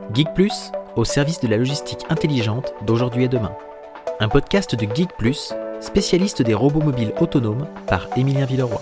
Geek Plus, au service de la logistique intelligente d'aujourd'hui et demain. Un podcast de Geek Plus, spécialiste des robots mobiles autonomes par Émilien Villeroy.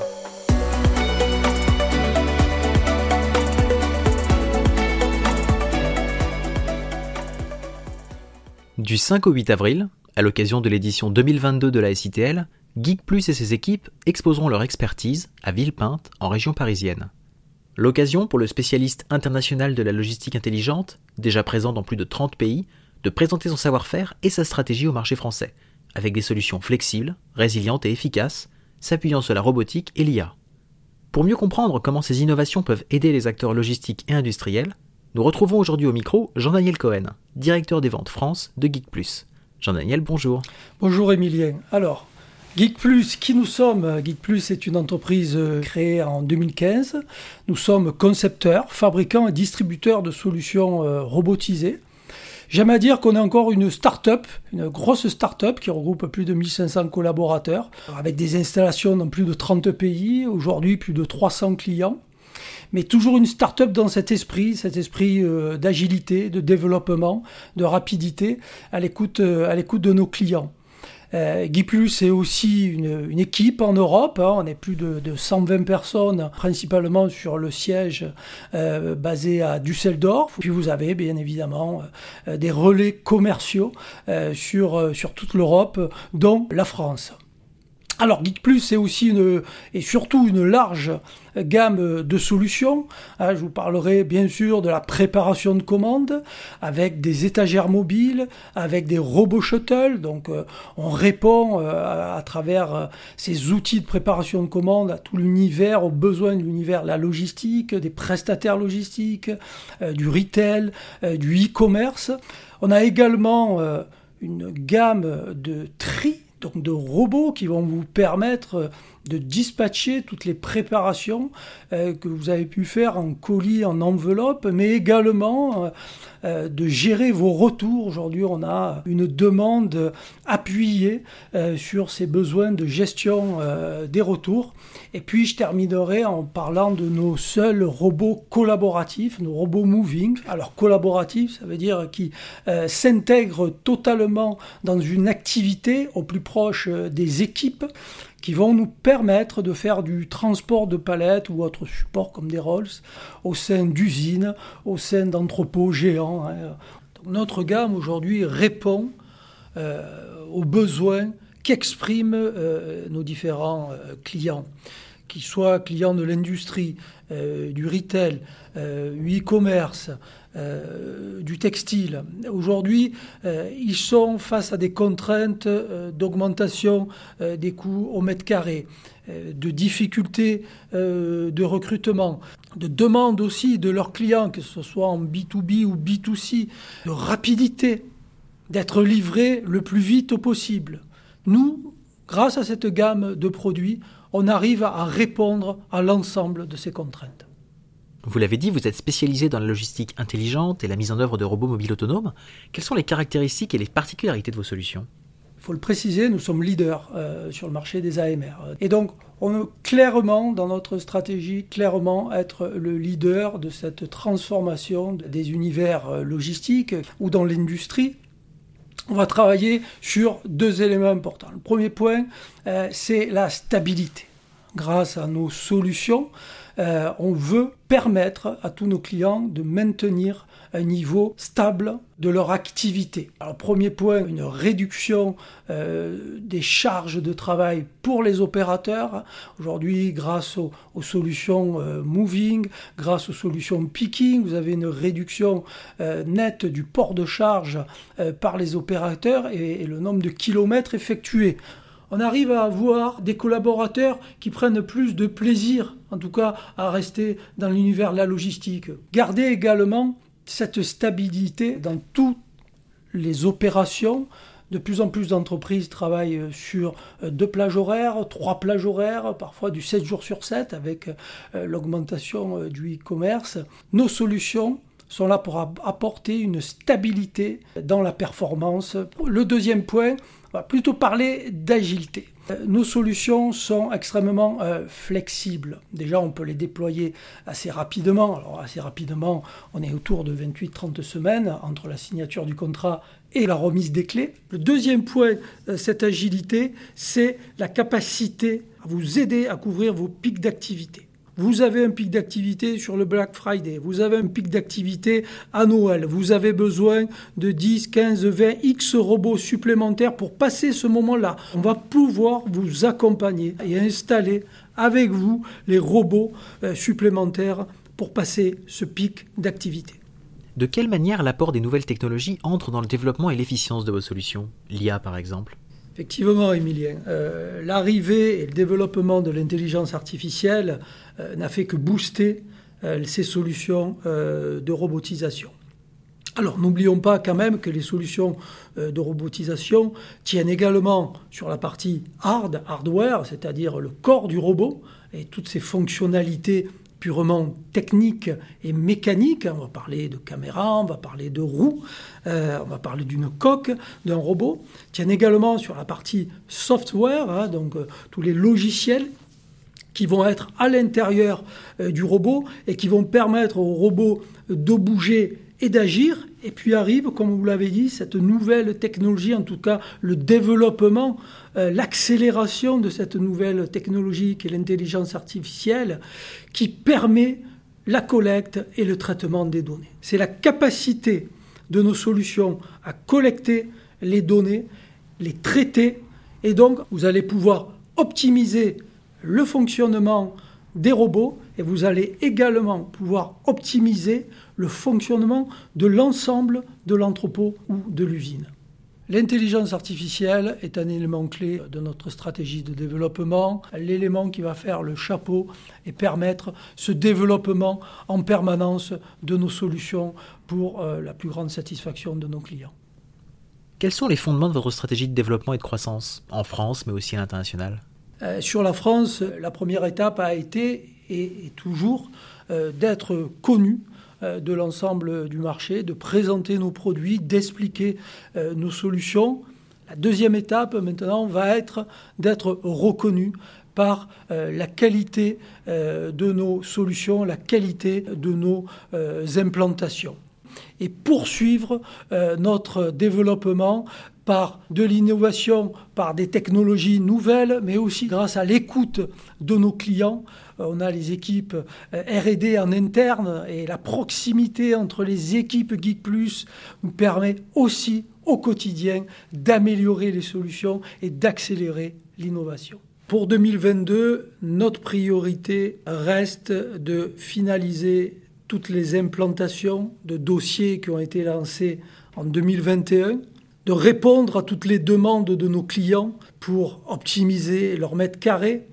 Du 5 au 8 avril, à l'occasion de l'édition 2022 de la SITL, Geek Plus et ses équipes exposeront leur expertise à Villepinte, en région parisienne. L'occasion pour le spécialiste international de la logistique intelligente, déjà présent dans plus de 30 pays, de présenter son savoir-faire et sa stratégie au marché français, avec des solutions flexibles, résilientes et efficaces, s'appuyant sur la robotique et l'IA. Pour mieux comprendre comment ces innovations peuvent aider les acteurs logistiques et industriels, nous retrouvons aujourd'hui au micro Jean-Daniel Cohen, directeur des ventes France de Geek Plus. Jean-Daniel, bonjour. Bonjour Émilien. Alors, Geek Plus, qui nous sommes ? Geek Plus est une entreprise créée en 2015. Nous sommes concepteurs, fabricants et distributeurs de solutions robotisées. J'aime à dire qu'on est encore une start-up, une grosse start-up qui regroupe plus de 1500 collaborateurs, avec des installations dans plus de 30 pays, aujourd'hui plus de 300 clients. Mais toujours une start-up dans cet esprit d'agilité, de développement, de rapidité, à l'écoute de nos clients. Geek Plus est aussi une équipe en Europe, on est plus de 120 personnes, principalement sur le siège basé à Düsseldorf. Puis vous avez bien évidemment des relais commerciaux sur toute l'Europe, dont la France. Alors Geek Plus c'est aussi et surtout une large gamme de solutions. Je vous parlerai bien sûr de la préparation de commandes avec des étagères mobiles, avec des robots shuttle. Donc on répond à travers ces outils de préparation de commandes à tout l'univers, aux besoins de l'univers, la logistique, des prestataires logistiques, du retail, du e-commerce. On a également une gamme de tri, donc de robots qui vont vous permettre de dispatcher toutes les préparations que vous avez pu faire en colis, en enveloppe, mais également de gérer vos retours. Aujourd'hui, on a une demande appuyée sur ces besoins de gestion des retours. Et puis, je terminerai en parlant de nos seuls robots collaboratifs, nos robots moving. Alors, collaboratifs, ça veut dire qui s'intègrent totalement dans une activité au plus proche des équipes, qui vont nous permettre de faire du transport de palettes ou autres supports comme des rolls au sein d'usines, au sein d'entrepôts géants. Donc, notre gamme aujourd'hui répond aux besoins qu'expriment nos différents clients, qu'ils soient clients de l'industrie, du retail, du e-commerce, du textile. Aujourd'hui, ils sont face à des contraintes d'augmentation des coûts au mètre carré, de difficultés de recrutement, de demande aussi de leurs clients, que ce soit en B2B ou B2C, de rapidité, d'être livrés le plus vite possible. Nous, grâce à cette gamme de produits, on arrive à répondre à l'ensemble de ces contraintes. Vous l'avez dit, vous êtes spécialisé dans la logistique intelligente et la mise en œuvre de robots mobiles autonomes. Quelles sont les caractéristiques et les particularités de vos solutions ? Il faut le préciser, nous sommes leaders sur le marché des AMR. Et donc, on veut clairement, dans notre stratégie, être le leader de cette transformation des univers logistiques ou dans l'industrie. On va travailler sur 2 éléments importants. Le premier point, c'est la stabilité. Grâce à nos solutions, on veut permettre à tous nos clients de maintenir un niveau stable de leur activité. Alors, premier point, une réduction des charges de travail pour les opérateurs. Aujourd'hui, grâce aux solutions moving, grâce aux solutions picking, vous avez une réduction nette du port de charge par les opérateurs et le nombre de kilomètres effectués. On arrive à avoir des collaborateurs qui prennent plus de plaisir, en tout cas, à rester dans l'univers de la logistique. Garder également cette stabilité dans toutes les opérations. De plus en plus d'entreprises travaillent sur 2 plages horaires, 3 plages horaires, parfois du 7 jours sur 7 avec l'augmentation du e-commerce. Nos solutions sont là pour apporter une stabilité dans la performance. Le deuxième point, on va plutôt parler d'agilité. Nos solutions sont extrêmement flexibles. Déjà, on peut les déployer assez rapidement. Alors, assez rapidement, on est autour de 28-30 semaines entre la signature du contrat et la remise des clés. Le deuxième point, cette agilité, c'est la capacité à vous aider à couvrir vos pics d'activité. Vous avez un pic d'activité sur le Black Friday, vous avez un pic d'activité à Noël, vous avez besoin de 10, 15, 20, X robots supplémentaires pour passer ce moment-là. On va pouvoir vous accompagner et installer avec vous les robots supplémentaires pour passer ce pic d'activité. De quelle manière l'apport des nouvelles technologies entre dans le développement et l'efficience de vos solutions, l'IA par exemple ? Effectivement, Emilien, l'arrivée et le développement de l'intelligence artificielle n'a fait que booster ces solutions de robotisation. Alors, n'oublions pas quand même que les solutions de robotisation tiennent également sur la partie hardware, c'est-à-dire le corps du robot et toutes ses fonctionnalités purement technique et mécanique. On va parler de caméra, on va parler de roues, on va parler d'une coque, d'un robot. Tiennent également sur la partie software, donc tous les logiciels qui vont être à l'intérieur du robot et qui vont permettre au robot de bouger et d'agir. Et puis arrive, comme vous l'avez dit, cette nouvelle technologie, en tout cas le développement, l'accélération de cette nouvelle technologie qui est l'intelligence artificielle, qui permet la collecte et le traitement des données. C'est la capacité de nos solutions à collecter les données, les traiter, et donc vous allez pouvoir optimiser le fonctionnement des robots et vous allez également pouvoir optimiser le fonctionnement de l'ensemble de l'entrepôt ou de l'usine. L'intelligence artificielle est un élément clé de notre stratégie de développement, l'élément qui va faire le chapeau et permettre ce développement en permanence de nos solutions pour la plus grande satisfaction de nos clients. Quels sont les fondements de votre stratégie de développement et de croissance, en France mais aussi à l'international ? Sur la France, la première étape a été et est toujours d'être connu de l'ensemble du marché, de présenter nos produits, d'expliquer nos solutions. La deuxième étape maintenant va être d'être reconnu par la qualité de nos solutions, la qualité de nos implantations. Et poursuivre notre développement par de l'innovation, par des technologies nouvelles, mais aussi grâce à l'écoute de nos clients. On a les équipes R&D en interne et la proximité entre les équipes Geek Plus nous permet aussi au quotidien d'améliorer les solutions et d'accélérer l'innovation. Pour 2022, notre priorité reste de finaliser toutes les implantations de dossiers qui ont été lancés en 2021, de répondre à toutes les demandes de nos clients pour optimiser leur mètre carré,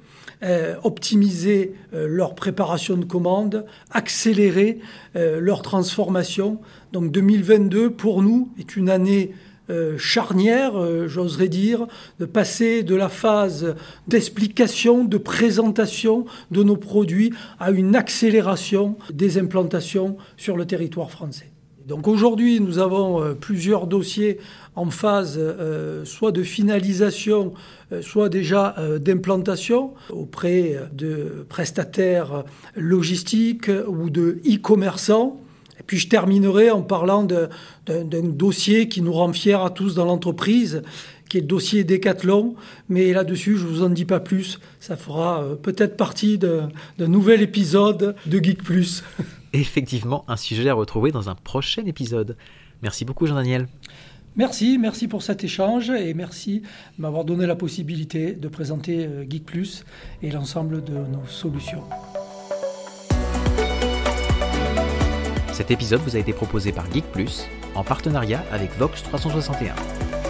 optimiser leur préparation de commande, accélérer leur transformation. Donc 2022, pour nous, est une année charnière, j'oserais dire, de passer de la phase d'explication, de présentation de nos produits à une accélération des implantations sur le territoire français. Donc aujourd'hui, nous avons plusieurs dossiers en phase soit de finalisation, soit déjà d'implantation auprès de prestataires logistiques ou de e-commerçants. Et puis je terminerai en parlant d'un dossier qui nous rend fiers à tous dans l'entreprise, qui est le dossier Decathlon. Mais là-dessus, je ne vous en dis pas plus. Ça fera peut-être partie d'un nouvel épisode de Geek Plus. Effectivement, un sujet à retrouver dans un prochain épisode. Merci beaucoup Jean-Daniel. Merci pour cet échange et merci de m'avoir donné la possibilité de présenter Geek Plus et l'ensemble de nos solutions. Cet épisode vous a été proposé par Geek Plus en partenariat avec Vox 361.